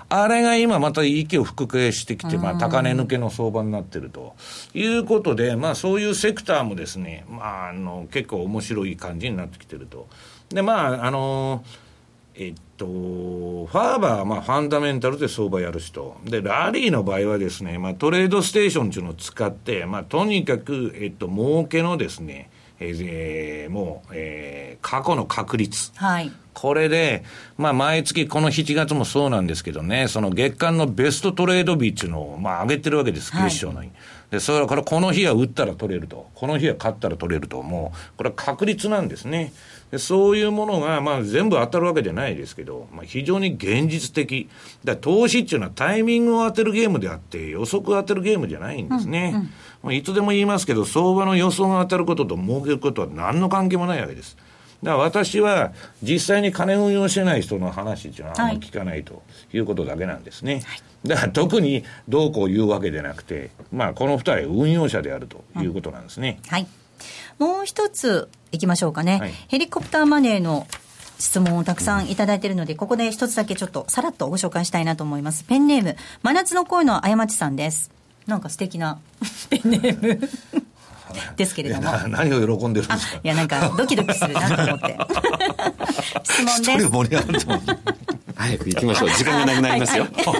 あれが今また息を吹き返してきて、まあ、高値抜けの相場になっているということで、まあ、そういうセクターもですね、まあ、あの結構面白い感じになってきていると。で、まあ、あのえっと、ファーバーはまあファンダメンタルで相場やる人で、ラリーの場合はですね、まあ、トレードステーションというのを使って、まあ、とにかく、えっと、儲けのですね、えー、もう、えー、過去の確率、 はい、 これで、まあ、毎月このしちがつもそうなんですけどね、その月間のベストトレード日っていうのを、まあ、上げてるわけです、決勝の日、はい、でそれはこれこの日は打ったら取れると、この日は勝ったら取れると、もうこれは確率なんですね。でそういうものが、まあ、全部当たるわけじゃないですけど、まあ、非常に現実的だ。投資っていうのはタイミングを当てるゲームであって予測を当てるゲームじゃないんですね、うんうん、まあ、いつでも言いますけど、相場の予想が当たることと儲けることは何の関係もないわけです。だから私は実際に金運用してない人の話っていうのはあんま聞かないということだけなんですね、はい、だから特にどうこう言うわけでなくて、まあ、このふたり運用者であるということなんですね、 うん、はい。もう一ついきましょうかね、はい、ヘリコプターマネーの質問をたくさんいただいているので、うん、ここで一つだけちょっとさらっとご紹介したいなと思います。ペンネーム真夏の恋のあやまちさんです。なんか素敵なペンネームですけれども、 何を喜んでるんですか。 いや、なんかドキドキするなと思って質問です。 一人盛り上がると思う早く行きましょう、時間がなくなりますよ、はいはい、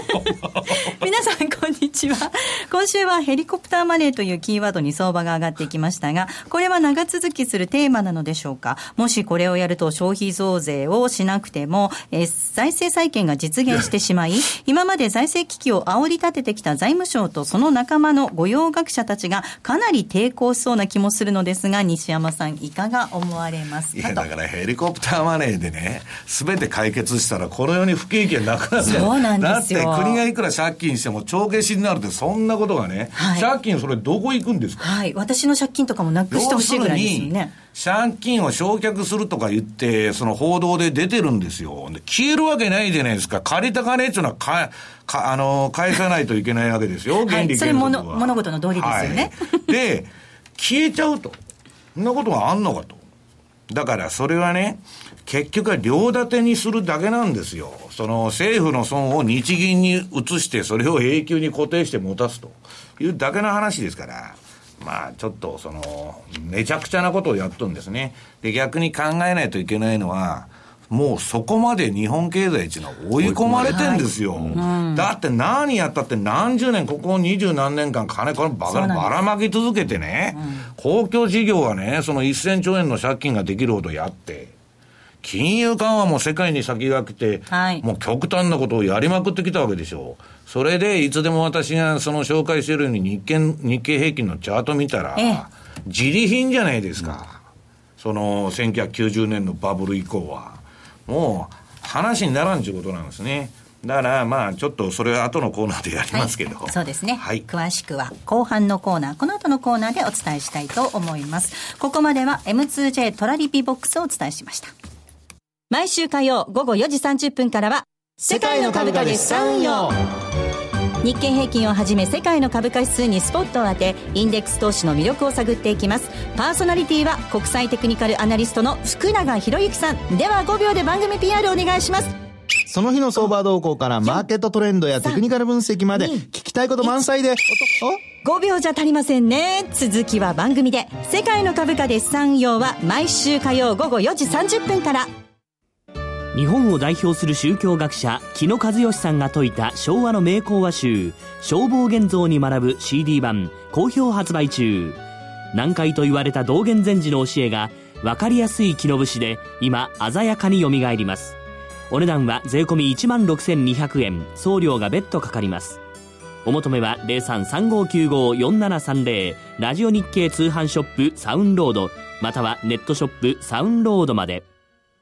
皆さんこんにちは。今週はヘリコプターマネーというキーワードに相場が上がっていきましたが、これは長続きするテーマなのでしょうか。もしこれをやると消費増税をしなくても、えー、財政再建が実現してしまい今まで財政危機を煽り立ててきた財務省とその仲間の御用学者たちがかなり抵抗しそうな気もするのですが、西山さんいかが思われますか。 いや、だからヘリコプターマネーでね、全て解決したらこの世に不景気はなくなる。 そうなんですよ。 だって国がいくら借金しても帳消しになるって、そんなことがね、はい、借金それどこ行くんですか。 はい、私の借金とかもなくしてほしいぐらいですよね。 借金を償却するとか言ってその報道で出てるんですよ。で消えるわけないじゃないですか。借りた金っていうのはかかあの返さないといけないわけですよ、原理原則は、はい、それ物物事の道理ですよね、 はい、で消えちゃうと、そんなことがあんのかと。だからそれはね、結局は両立てにするだけなんですよ。その政府の損を日銀に移してそれを永久に固定して持たすというだけの話ですから、まあちょっとそのめちゃくちゃなことをやっとるんですね。で逆に考えないといけないのは、もうそこまで日本経済っていうのは追い込まれてんですよ、はい、だって何やったって何十年、ここ二十何年間金こればらばらまき続けてね、うん、公共事業はね、そのせんちょうえんの借金ができるほどやって、金融緩和も世界に先駆けて、はい、もう極端なことをやりまくってきたわけでしょう。それでいつでも私がその紹介しているように日経、日経平均のチャート見たら、ええ、自利品じゃないですか、うん、そのせんきゅうひゃくきゅうじゅうねんのバブル以降はもう話にならんということなんですね。だからまあちょっとそれは後のコーナーでやりますけど、 はい、そうですね、はい、詳しくは後半のコーナー、この後のコーナーでお伝えしたいと思います。ここまでは エムツージェー トラリピボックスをお伝えしました。毎週火曜午後よじさんじゅっぷんからは世界の株価で資産運用。日経平均をはじめ世界の株価指数にスポットを当て、インデックス投資の魅力を探っていきます。パーソナリティは国際テクニカルアナリストの福永博之さん。ではごびょうで番組 ピーアール お願いします。 その日の相場動向からマーケットトレンドやテクニカル分析まで聞きたいこと満載で、 ごびょうじゃ足りませんね。続きは番組で。世界の株価で資産運用は毎週火曜午後よじさんじゅっぷんから。 日本を代表する宗教学者木野和義さんが説いた昭和の名講話集正法現像に学ぶ シーディー 版好評発売中。難解と言われた道元禅師の教えが分かりやすい木の節で今鮮やかによみがえります。お値段は税込みいちまんろくせんにひゃくえん、送料が別途かかります。お求めは ゼロさん さんごきゅうご よんななさんゼロ ラジオ日経通販ショップサウンロードまたはネットショップサウンロードまで。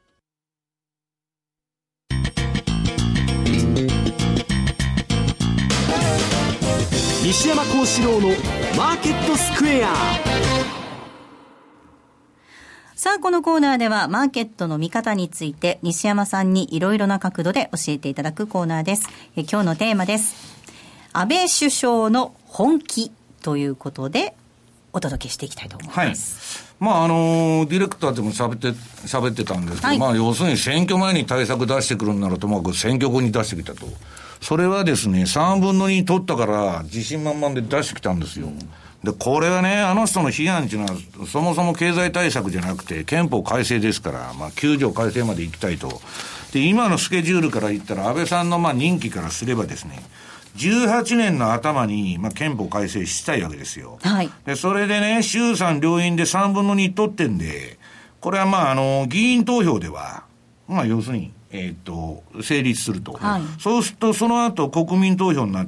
西山幸四郎のマーケットスクエア。 さあこのコーナーではマーケットの見方について西山さんにいろいろな角度で教えていただくコーナーです。え今日のテーマです。安倍首相の本気ということでお届けしていきたいと思います。 はい、まああのディレクターでも喋って喋ってたんですけど、はい、まあ要するに選挙前に対策出してくるんならともかく選挙後に出してきたと。 それはですね、さんぶんのに取ったから自信満々で出してきたんですよ。で、これはね、あの人の批判っていうのは、そもそも経済対策じゃなくて、憲法改正ですから、まあ、きゅう条改正まで行きたいと。で、今のスケジュールから言ったら、安倍さんのまあ任期からすればですね、じゅうはちねんの頭に、まあ、憲法改正したいわけですよ。 はい。 で、それでね、衆参両院でさんぶんのに取ってんで、これはまあ、あの、議員投票では、まあ、要するに、えっと、成立すると。 はい。 そうすると、その後、国民投票になって、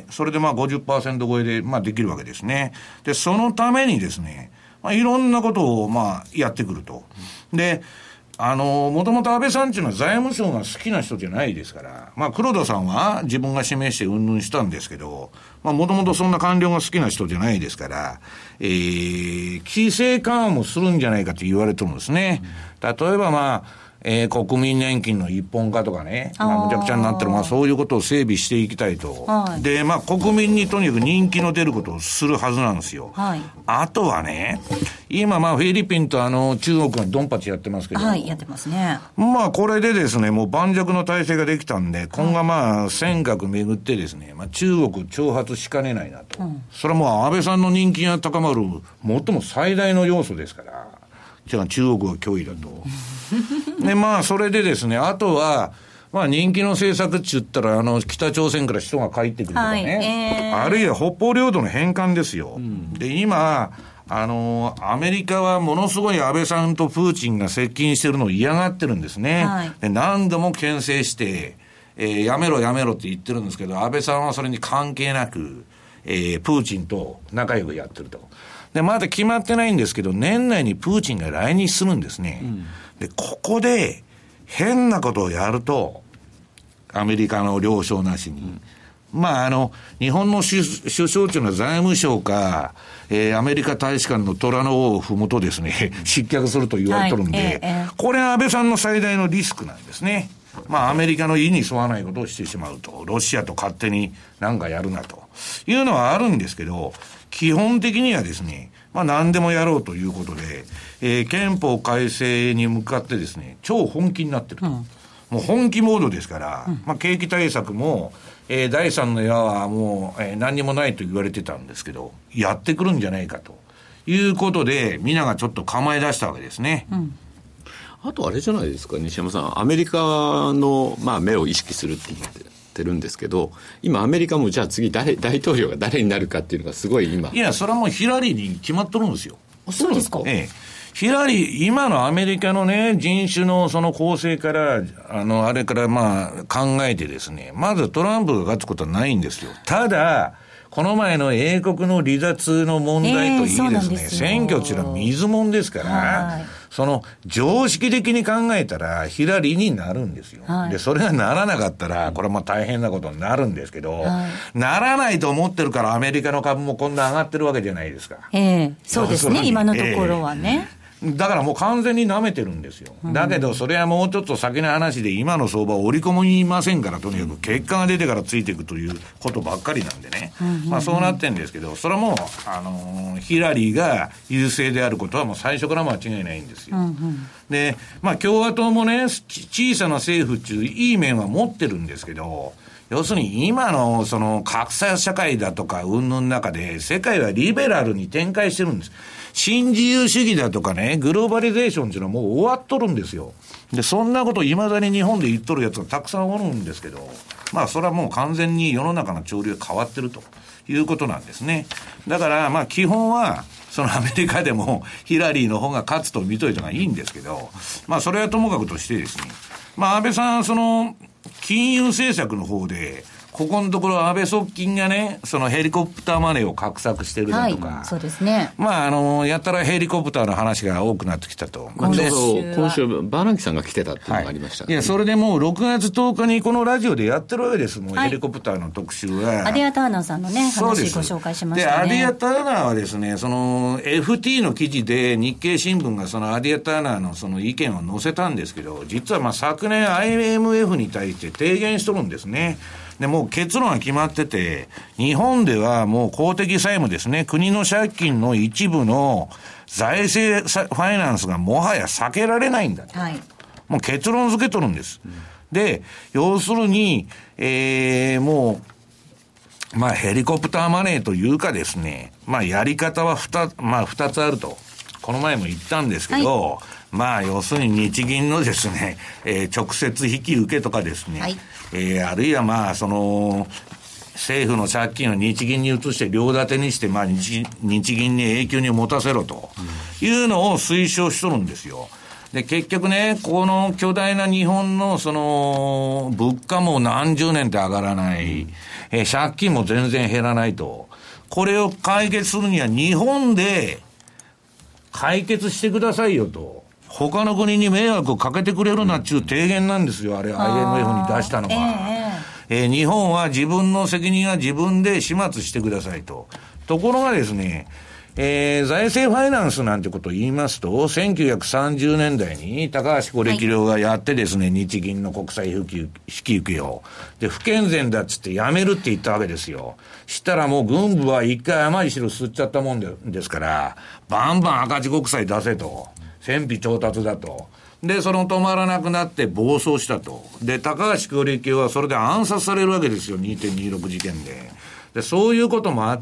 それでまあ ごじゅっパーセント 超えで、まあ、できるわけですね。で、そのためにですね、まあ、いろんなことを、まあ、やってくると。で、あの、もともと安倍さんっていうのは財務省が好きな人じゃないですから、まあ黒田さんは自分が指名して云々したんですけど、まあもともとそんな官僚が好きな人じゃないですから、えー、規制緩和もするんじゃないかと言われてるんですね。例えばまあ、えー、国民年金の一本化とかね、まあ、むちゃくちゃになってる、まあ、そういうことを整備していきたいと。はい、で、まあ、国民にとにかく人気の出ることをするはずなんですよ。はい、あとはね、今、まあ、フィリピンとあの、中国がドンパチやってますけど。 はい、やってますね。 まあ、これでですね、もう盤石の体制ができたんで、今後まあ、尖閣巡ってですね、まあ、中国挑発しかねないなと。うん、それはもう安倍さんの人気が高まる、最も最大の要素ですから。じゃあ中国は脅威だと。で、まあ、それでですね、あとは、まあ、人気の政策って言ったら、あの、北朝鮮から人が帰ってくるとかね。はいえー、あるいは北方領土の返還ですよ。うん、で、今、あの、アメリカはものすごい安倍さんとプーチンが接近してるのを嫌がってるんですね。はい、で何度も牽制して、えー、やめろやめろって言ってるんですけど、安倍さんはそれに関係なく、えー、プーチンと仲良くやってると。で、まだ決まってないんですけど、年内にプーチンが来日するんですね。うん、で、ここで変なことをやると、アメリカの了承なしに。うん、まあ、あの、日本の首相というのは財務省か、えー、アメリカ大使館の虎の尾を踏むとですね、失脚すると言われてるんで、はいえー、これは安倍さんの最大のリスクなんですね。まあ、アメリカの意に沿わないことをしてしまうと、ロシアと勝手に何かやるなというのはあるんですけど、基本的にはですね、まあ何でもやろうということで、えー、憲法改正に向かってですね、超本気になってると。うん、もう本気モードですから、うん、まあ景気対策も、えー、だいさんの矢はもう、えー、何にもないと言われてたんですけど、やってくるんじゃないかということで、皆がちょっと構え出したわけですね。うん、 あとあれじゃないですか、西山さん、アメリカの、まあ、目を意識するって言っててるんですけど、今アメリカもじゃあ次誰大統領が誰になるかっていうのがすごい今。 いや、それはもうヒラリーに決まっとるんですよ。 あ、そうですか。 ええ、ヒラリー、今のアメリカのね、人種のその構成から、あの、あれからまあ考えてですね、まずトランプが勝つことはないんですよ。ただ、この前の英国の離脱の問題といいですね、えー、す選挙っていうのは水もんですから、その常識的に考えたらヒラリーになるんですよ。はい、で、それがならなかったら、これはまあ大変なことになるんですけど、はい、ならないと思ってるからアメリカの株もこんな上がってるわけじゃないですか。 ええー、そうですね、今のところはね。えーだからもう完全に舐めてるんですよ。だけどそれはもうちょっと先の話で今の相場を織り込みませんから、とにかく結果が出てからついていくということばっかりなんでね。まあそうなってんですけど、それはもう、あのー、ヒラリーが優勢であることはもう最初から間違いないんですよ。で、まあ共和党もね、小さな政府っていういい面は持ってるんですけど、要するに今のその格差社会だとか云々の中で世界はリベラルに展開してるんです。新自由主義だとかね、グローバリゼーションっていうのはもう終わっとるんですよ。で、そんなこと未だに日本で言っとるやつがたくさんおるんですけど、まあそれはもう完全に世の中の潮流が変わってるということなんですね。だからまあ基本は、そのアメリカでもヒラリーの方が勝つと見といた方がいいんですけど、まあそれはともかくとしてですね、まあ安倍さんその金融政策の方で、ここのところ安倍側近がね、そのヘリコプターマネーを画策してるだとか、 はい、そうですね。 まああのやたらヘリコプターの話が多くなってきたと。 今週今週バーナンキさんが来てたっていうのがありました、 はい。いやそれでもうろくがつとおかにこのラジオでやってるわけです。もうヘリコプターの特集は、はい、 アディア・ターナーさんのね話ご紹介しましたね。 でアディア・ターナーはですね、その エフティー の記事で日経新聞がそのアディア・ターナーのその意見を載せたんですけど、実はまあ昨年 アイエムエフ に対して提言しとるんですね。で、もう結論が決まってて、日本ではもう公的債務ですね、国の借金の一部の財政ファイナンスがもはや避けられないんだと。はい、もう結論付けとるんです。 で、要するに、えー、もう、まあヘリコプターマネーというかですね、まあやり方は二つ、まあ二つあると。この前も言ったんですけど、はい、まあ要するに日銀のですね、えー、直接引き受けとかですね、はい、えー、あるいはまあその、政府の借金を日銀に移して両立てにして、まあ日、日銀に永久に持たせろというのを推奨しとるんですよ。で、結局ね、この巨大な日本のその、物価も何十年って上がらない、えー、借金も全然減らないと。これを解決するには日本で解決してくださいよと。他の国に迷惑をかけてくれるなっちゅう提言なんですよ、あれ アイエムエフ に出したのが。えー、日本は自分の責任は自分で始末してくださいと。ところがですね、えー、財政ファイナンスなんてことを言いますと、せんきゅうひゃくさんじゅうねんだいに高橋是木がやってですね、はい、日銀の国債引き受けを。で、不健全だっつってやめるって言ったわけですよ。したらもう軍部は一回甘い汁吸っちゃったもんでですから、バンバン赤字国債出せと。戦費調達だと。で、その止まらなくなって暴走したと。で、高橋是木はそれで暗殺されるわけですよ。にてんにじゅうろく 事件で。で、そういうこともあって、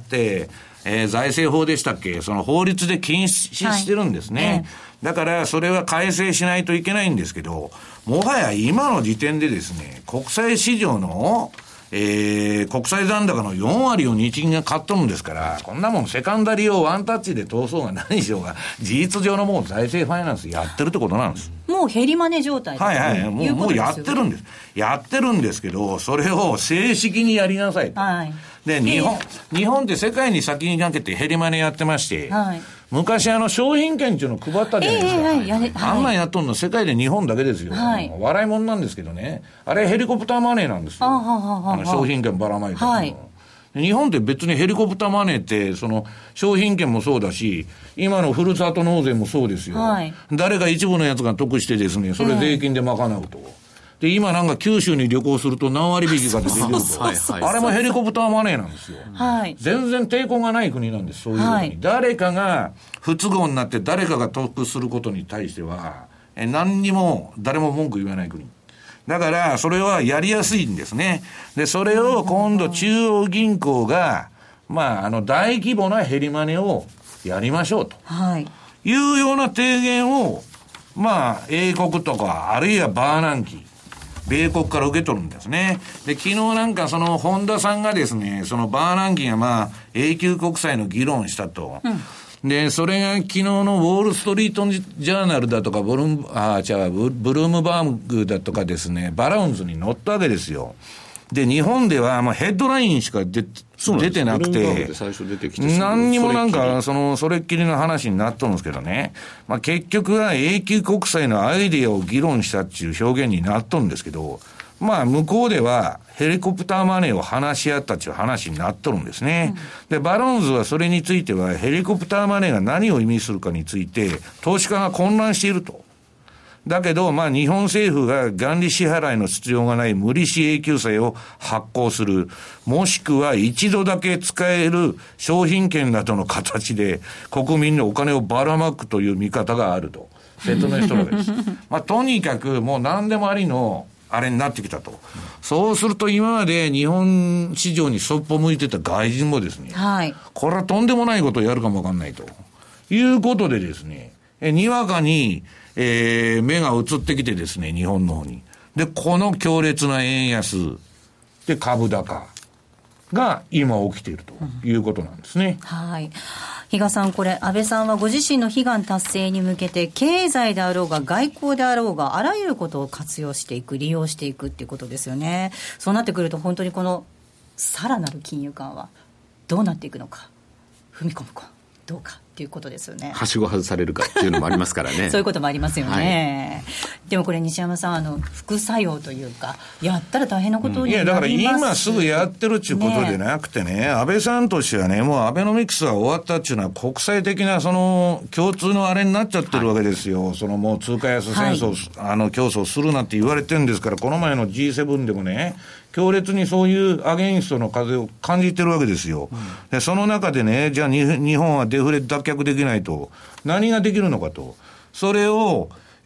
えー、財政法でしたっけ、その法律で禁止してるんですね。はい、だから、それは改正しないといけないんですけど、もはや今の時点でですね、国際市場の、えー、国際残高のよんわりを日銀が買っとるんですから、こんなもんセカンダリーをワンタッチで通そうが何しようが、事実上のもう財政ファイナンスやってるってことなんです。 もう減りマネ状態。 はいはい。もう、もうやってるんです。やってるんですけど、それを正式にやりなさいと。はい。で、日本、日本って世界に先にかけて減りマネやってまして、はい。昔あの商品券っていうのを配ったじゃないですか。えーはいはい、あんなんやっとんの世界で日本だけですよ。はい、笑いもんなんですけどね。あれヘリコプターマネーなんですよ。あはははあの商品券ばらまいてるの、はい。日本って別にヘリコプターマネーって、その商品券もそうだし、今のふるさと納税もそうですよ。はい、誰か一部のやつが得してですね、それ税金で賄うと。えーで、今なんか九州に旅行すると何割引きが出てくると。はいはい、あれもヘリコプターマネーなんですよ。はい。全然抵抗がない国なんです、そういうふうに。はい、誰かが不都合になって誰かが得することに対しては、え何にも誰も文句言わない国。だから、それはやりやすいんですね。で、それを今度中央銀行が、まあ、あの、大規模なヘリマネをやりましょうと。はい。いうような提言を、まあ、英国とか、あるいはバーナンキ、米国から受け取るんですね。で、昨日なんかその本田さんがですね、そのバーナンキがまあ永久国債の議論したと。うん、で、それが昨日のウォールストリートジャーナルだとか、ブルーム、あ、違う、ブルームバーグだとかですね、バラウンズに載ったわけですよ。で、日本ではまあヘッドラインしか出、出てなくて、何にもなんか、その、それっきりの話になっとるんですけどね。まあ結局は永久国債のアイデアを議論したっていう表現になっとるんですけど、まあ向こうではヘリコプターマネーを話し合ったっていう話になっとるんですね。うん、で、バロンズはそれについてはヘリコプターマネーが何を意味するかについて、投資家が混乱していると。だけど、まあ、日本政府が元利支払いの必要がない無利子永久債を発行する。もしくは一度だけ使える商品券などの形で国民にお金をばらまくという見方があると説明してるわけです。まあ、とにかくもう何でもありのあれになってきたと。そうすると今まで日本市場にそっぽ向いてた外人もですね、はい、これはとんでもないことをやるかもわかんないということでですね、えにわかにえー、目が移ってきてですね、日本の方に。で、この強烈な円安で株高が今起きているということなんですね。 うん、はい。比嘉さん、これ、安倍さんはご自身の悲願達成に向けて、経済であろうが外交であろうが、あらゆることを活用していく、利用していくっていうことですよね。そうなってくると、本当にこの、さらなる金融緩和、どうなっていくのか、踏み込むか、どうか。ということですよね。 はしご外されるかっていうのもありますからね。 そういうこともありますよね。はい、でもこれ西山さん、あの副作用というか、やったら大変なことになります、うん、いやだから今すぐやってるっていうことでなくてね、ね安倍さんとしてはね、もうアベノミクスが終わったっていうのは国際的なその共通のあれになっちゃってるわけですよ。はい、そのもう通貨安戦争、はい、あの競争するなって言われてるんですから、この前の ジーセブン でもね、強烈にそういうアゲインストの風を感じてるわけですよ。うん、でその中でね、じゃあ日本はデフレ脱却できないと、何ができるのかと。それを、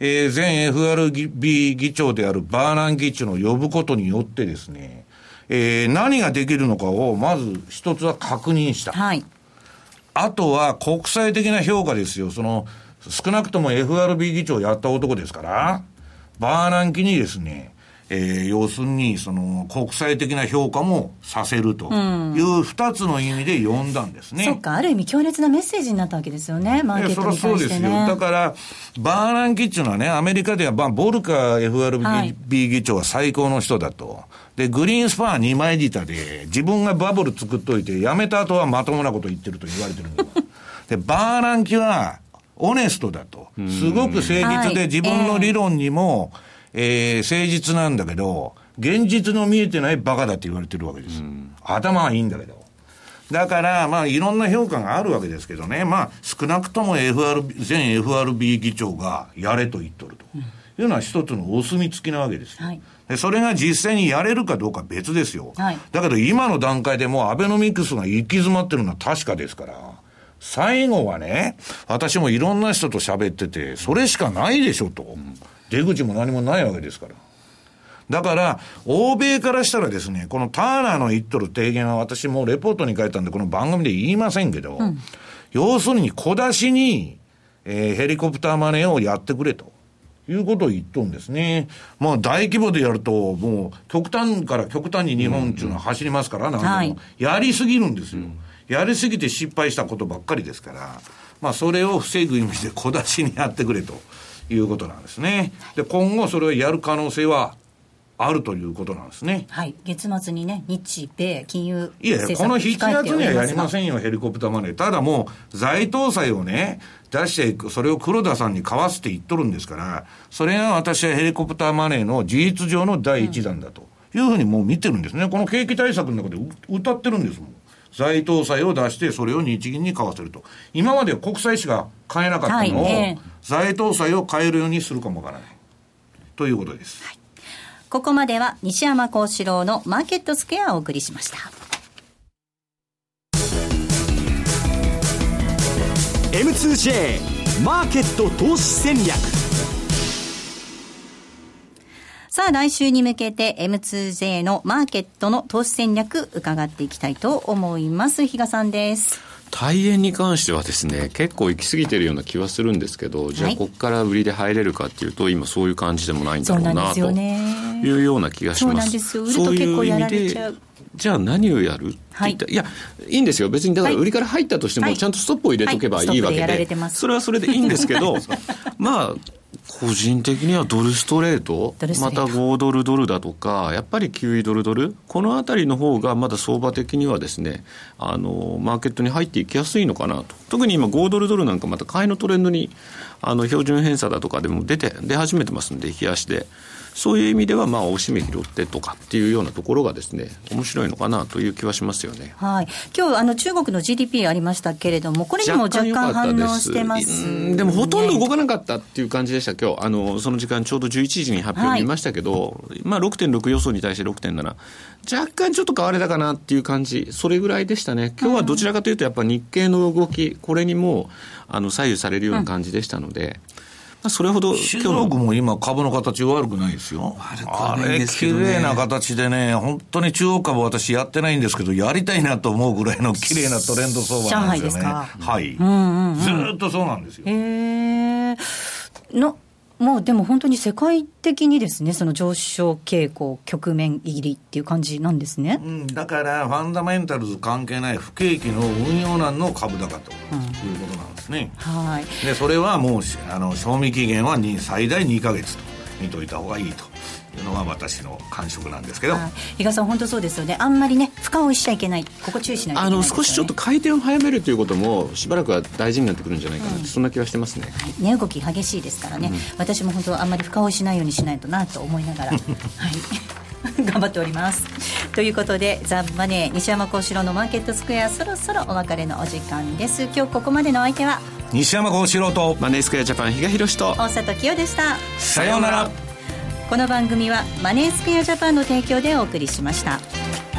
えー、前 エフアールビー 議長であるバーナン議長の呼ぶことによってですね、えー、何ができるのかをまず一つは確認した。はい。あとは国際的な評価ですよ。その、少なくとも エフアールビー 議長をやった男ですから、バーナンキにですね、えー、要するにその国際的な評価もさせるという二つの意味で呼んだんですね。 うん、そうか、ある意味強烈なメッセージになったわけですよね、マーケットに対してね。 そりゃそうですよ。だからバーナンキっていうのはね、アメリカではボルカ エフアールビー 議長は最高の人だと。で、グリーンスパンにまい舌で自分がバブル作っといて辞めた後はまともなこと言ってると言われてるんだで、バーナンキはオネストだと。すごく誠実で自分の理論にも、はい、えーえー、誠実なんだけど、現実の見えてないバカだって言われてるわけです。うん、頭はいいんだけど。だから、まあ、いろんな評価があるわけですけどね。まあ、少なくとも エフアール、前 エフアールビー 議長がやれと言っとるというのは一つのお墨付きなわけです。はい、でそれが実際にやれるかどうか別ですよ。はい、だけど今の段階でもうアベノミクスが行き詰まってるのは確かですから。最後はね、私もいろんな人と喋ってて、それしかないでしょと。うん出口も何もないわけですから。だから、欧米からしたらですね、このターナーの言っとる提言は私もレポートに書いたんで、この番組で言いませんけど、うん、要するに小出しに、えー、ヘリコプターマネーをやってくれということを言っとるんですね。まあ大規模でやると、もう極端から極端に日本っていうのは走りますから、うんうん、なんでもやりすぎるんですよ、うん。やりすぎて失敗したことばっかりですから、まあそれを防ぐ意味で小出しにやってくれと。いうことなんですね。で、今後それをやる可能性はあるということなんですね。 はい。月末にね、日米金融いやいや、このしちがつにはやりませんよ、ヘリコプターマネー。ただもう、財投債をね、出して、それを黒田さんに買わせて言っとるんですから、それが私はヘリコプターマネーの事実上の第一弾だというふうにもう見てるんですね。この景気対策の中で歌ってるんですもん。財投債を出してそれを日銀に買わせると。今までは国債しか買えなかったのを、はいえー、財投債を買えるようにするかもわからないということです、はい、 ここまでは西山幸四郎のマーケットスクエアをお送りしました。 エムツージェー マーケット投資戦略。 さあ来週に向けて エムツージェー のマーケットの投資戦略伺っていきたいと思います。比嘉さんです。 大円に関してはですね、結構行き過ぎてるような気はするんですけど、じゃあここから売りで入れるかっていうと、今そういう感じでもないんだろうなというような気がします。そうなんですよ。売ると結構やられちゃう。じゃあ何をやるって言った、はい、いやいいんですよ。別にだから売りから入ったとしても、はい、ちゃんとストップを入れとけばいいわけで、はいはい、でそれはそれでいいんですけどまあ個人的にはドルストレート、またごドルドルだとか、やっぱりきゅうドルドル、このあたりの方がまだ相場的にはですね、あのマーケットに入っていきやすいのかなと。特に今ごドルドルなんかまた買いのトレンドにあの標準偏差だとかでも出て出始めてますんで、冷やしでそういう意味ではまあおしめ拾ってとかっていうようなところがですね、面白いのかなという気はしますよね。 はい。今日あの中国の ジーディーピー ありましたけれども、これにも若干反応してます、ね、 でもほとんど動かなかったっていう感じでした。今日あのその時間ちょうどじゅういちじに発表見ましたけど、はい、まあ ろくてんろく 予想に対して ろくてんなな、 若干ちょっと買われたかなっていう感じ、それぐらいでしたね。今日はどちらかというとやっぱ日経の動き、これにもあの左右されるような感じでしたので、うん、それほど中国も今株の形悪くないですよ。悪くはないですけどね。あれ綺麗な形でね、本当に中国株私やってないんですけど、やりたいなと思うぐらいの綺麗なトレンド相場なんですよね。上海ですか。はい、うんうんうん、ずっとそうなんですよ。へーのもうでも本当に世界的にですね、その上昇傾向局面入りっていう感じなんですね、 うん、だからファンダメンタルズ関係ない不景気の運用難の株高ということなんですね、うん、はいでそれはもうあの賞味期限はに最大にかげつと見といた方がいいというのが私の感触なんですけど、 比嘉さん本当そうですよね。あんまりね深追いしちゃいけない、ここ注意しないといけないですよね。 あの少しちょっと回転を早めるということもしばらくは大事になってくるんじゃないかな、うん、そんな気はしてますね、 はい、値動き激しいですからね、うん、私も本当あんまり深追いしないようにしないとなと思いながらはい頑張っておりますということで、ザ・マネー西山幸四郎のマーケットスクエア、そろそろお別れのお時間です。今日ここまでのお相手は西山幸四郎とマネースクエアジャパン比嘉宏と大里清でした。 さようなら。 この番組はマネースクエアジャパンの提供でお送りしました。